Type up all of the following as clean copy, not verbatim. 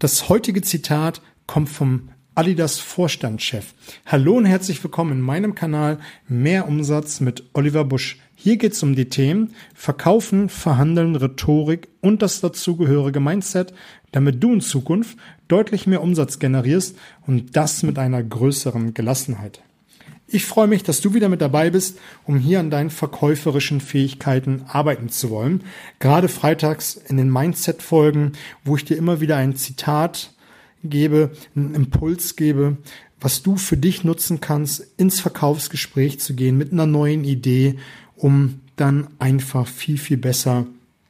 Das heutige Zitat kommt vom Adidas Vorstandschef. Hallo und herzlich willkommen in meinem Kanal Mehr Umsatz mit Oliver Busch. Hier geht es um die Themen Verkaufen, Verhandeln, Rhetorik und das dazugehörige Mindset, damit du in Zukunft deutlich mehr Umsatz generierst und das mit einer größeren Gelassenheit. Ich freue mich, dass du wieder mit dabei bist, um hier an deinen verkäuferischen Fähigkeiten arbeiten zu wollen. Gerade freitags in den Mindset-Folgen, wo ich dir immer wieder ein Zitat gebe, einen Impuls gebe, was du für dich nutzen kannst, ins Verkaufsgespräch zu gehen mit einer neuen Idee, um dann einfach viel, viel besser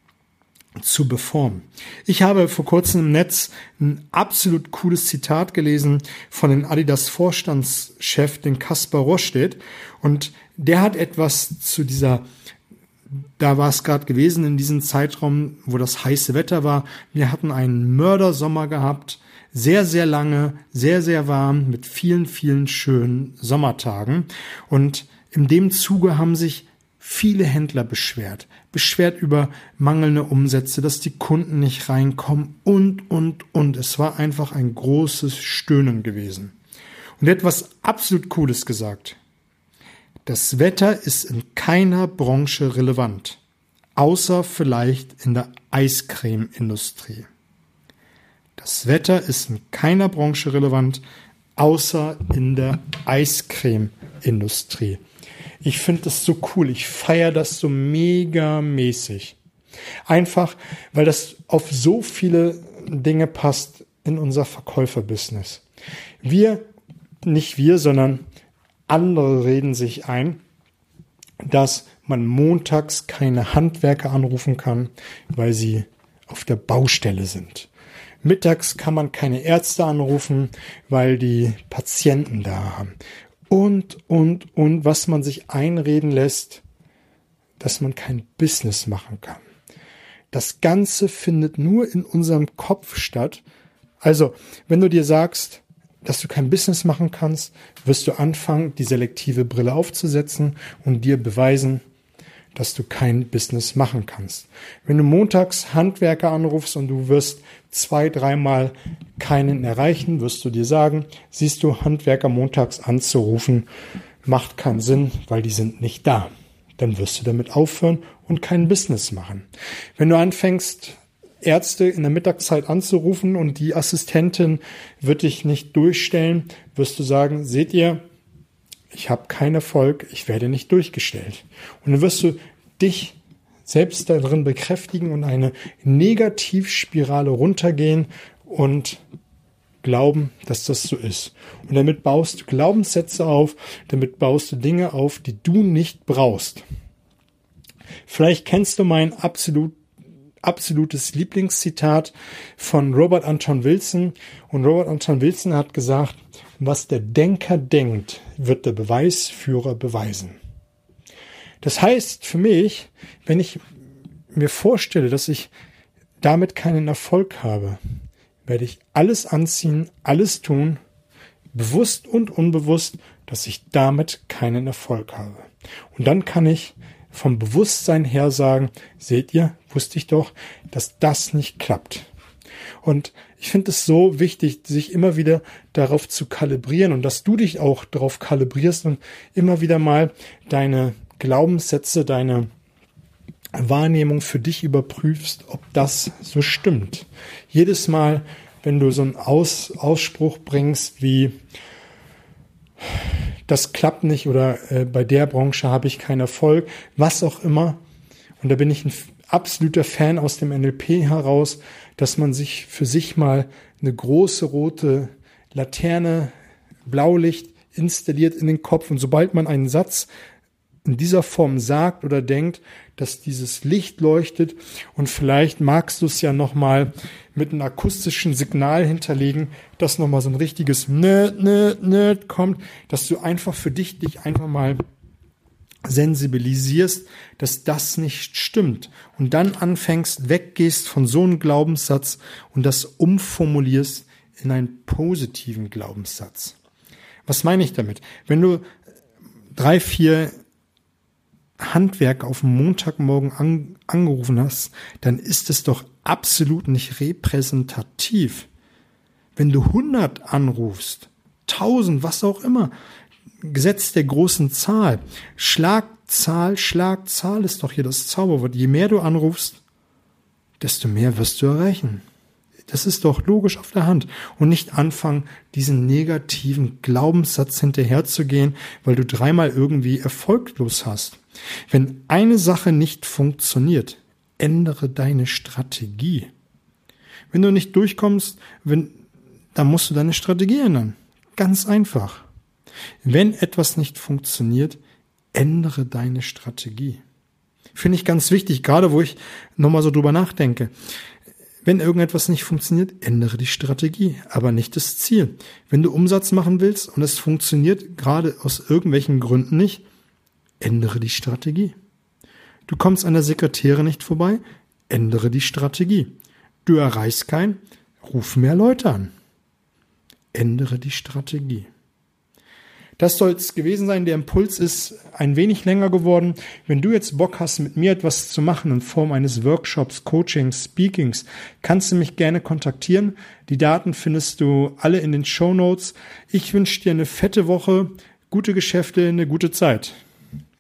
zu performen. Ich habe vor kurzem im Netz ein absolut cooles Zitat gelesen von dem Adidas Vorstandschef, den Kaspar Rostedt, und der hat etwas zu da war es gerade gewesen in diesem Zeitraum, wo das heiße Wetter war. Wir hatten einen Mördersommer gehabt, sehr, sehr lange, sehr, sehr warm, mit vielen, vielen schönen Sommertagen. Und in dem Zuge haben sich viele Händler beschwert über mangelnde Umsätze, dass die Kunden nicht reinkommen und. Es war einfach ein großes Stöhnen gewesen. Und er hat etwas absolut Cooles gesagt. Das Wetter ist in keiner Branche relevant, außer vielleicht in der Eiscreme-Industrie. Das Wetter ist in keiner Branche relevant, außer in der Eiscreme-Industrie. Ich finde das so cool. Ich feiere das so megamäßig. Einfach, weil das auf so viele Dinge passt in unser Verkäuferbusiness. Nicht wir, sondern andere reden sich ein, dass man montags keine Handwerker anrufen kann, weil sie auf der Baustelle sind. Mittags kann man keine Ärzte anrufen, weil die Patienten da haben. Und, was man sich einreden lässt, dass man kein Business machen kann. Das Ganze findet nur in unserem Kopf statt. Also, wenn du dir sagst, dass du kein Business machen kannst, wirst du anfangen, die selektive Brille aufzusetzen und dir beweisen, dass du kein Business machen kannst. Wenn du montags Handwerker anrufst und du wirst 2-3 Mal keinen erreichen, wirst du dir sagen, siehst du, Handwerker montags anzurufen, macht keinen Sinn, weil die sind nicht da. Dann wirst du damit aufhören und kein Business machen. Wenn du anfängst, Ärzte in der Mittagszeit anzurufen und die Assistentin wird dich nicht durchstellen, wirst du sagen, seht ihr, ich habe keinen Erfolg, ich werde nicht durchgestellt. Und dann wirst du dich selbst darin bekräftigen und eine Negativspirale runtergehen und glauben, dass das so ist. Und damit baust du Glaubenssätze auf, damit baust du Dinge auf, die du nicht brauchst. Vielleicht kennst du mein absolutes Lieblingszitat von Robert Anton Wilson. Und Robert Anton Wilson hat gesagt, was der Denker denkt, wird der Beweisführer beweisen. Das heißt für mich, wenn ich mir vorstelle, dass ich damit keinen Erfolg habe, werde ich alles anziehen, alles tun, bewusst und unbewusst, dass ich damit keinen Erfolg habe. Und dann kann ich vom Bewusstsein her sagen, seht ihr, wusste ich doch, dass das nicht klappt. Und ich finde es so wichtig, sich immer wieder darauf zu kalibrieren und dass du dich auch darauf kalibrierst und immer wieder mal deine Glaubenssätze, deine Wahrnehmung für dich überprüfst, ob das so stimmt. Jedes Mal, wenn du so einen Ausspruch bringst wie das klappt nicht oder bei der Branche habe ich keinen Erfolg, was auch immer. Und da bin ich ein absoluter Fan aus dem NLP heraus, dass man sich für sich mal eine große rote Laterne, Blaulicht installiert in den Kopf. Und sobald man einen Satz in dieser Form sagt oder denkt, dass dieses Licht leuchtet und vielleicht magst du es ja nochmal mit einem akustischen Signal hinterlegen, dass nochmal so ein richtiges Nerd kommt, dass du einfach für dich einfach mal sensibilisierst, dass das nicht stimmt und dann anfängst, weggehst von so einem Glaubenssatz und das umformulierst in einen positiven Glaubenssatz. Was meine ich damit? Wenn du 3-4 Handwerker auf dem Montagmorgen angerufen hast, dann ist es doch absolut nicht repräsentativ Wenn du 100 anrufst, 1000, was auch immer, Gesetz der großen Zahl, Schlagzahl ist doch hier das Zauberwort. Je mehr du anrufst, desto mehr wirst du erreichen. Das ist doch logisch auf der Hand. Und nicht anfangen, diesen negativen Glaubenssatz hinterherzugehen, weil du dreimal irgendwie erfolglos hast. Wenn eine Sache nicht funktioniert, ändere deine Strategie. Wenn du nicht durchkommst, dann musst du deine Strategie ändern. Ganz einfach. Wenn etwas nicht funktioniert, ändere deine Strategie. Finde ich ganz wichtig, gerade wo ich nochmal so drüber nachdenke. Wenn irgendetwas nicht funktioniert, ändere die Strategie, aber nicht das Ziel. Wenn du Umsatz machen willst und es funktioniert gerade aus irgendwelchen Gründen nicht, ändere die Strategie. Du kommst an der Sekretärin nicht vorbei, ändere die Strategie. Du erreichst keinen, ruf mehr Leute an. Ändere die Strategie. Das soll es gewesen sein. Der Impuls ist ein wenig länger geworden. Wenn du jetzt Bock hast, mit mir etwas zu machen in Form eines Workshops, Coachings, Speakings, kannst du mich gerne kontaktieren. Die Daten findest du alle in den Shownotes. Ich wünsche dir eine fette Woche, gute Geschäfte, eine gute Zeit.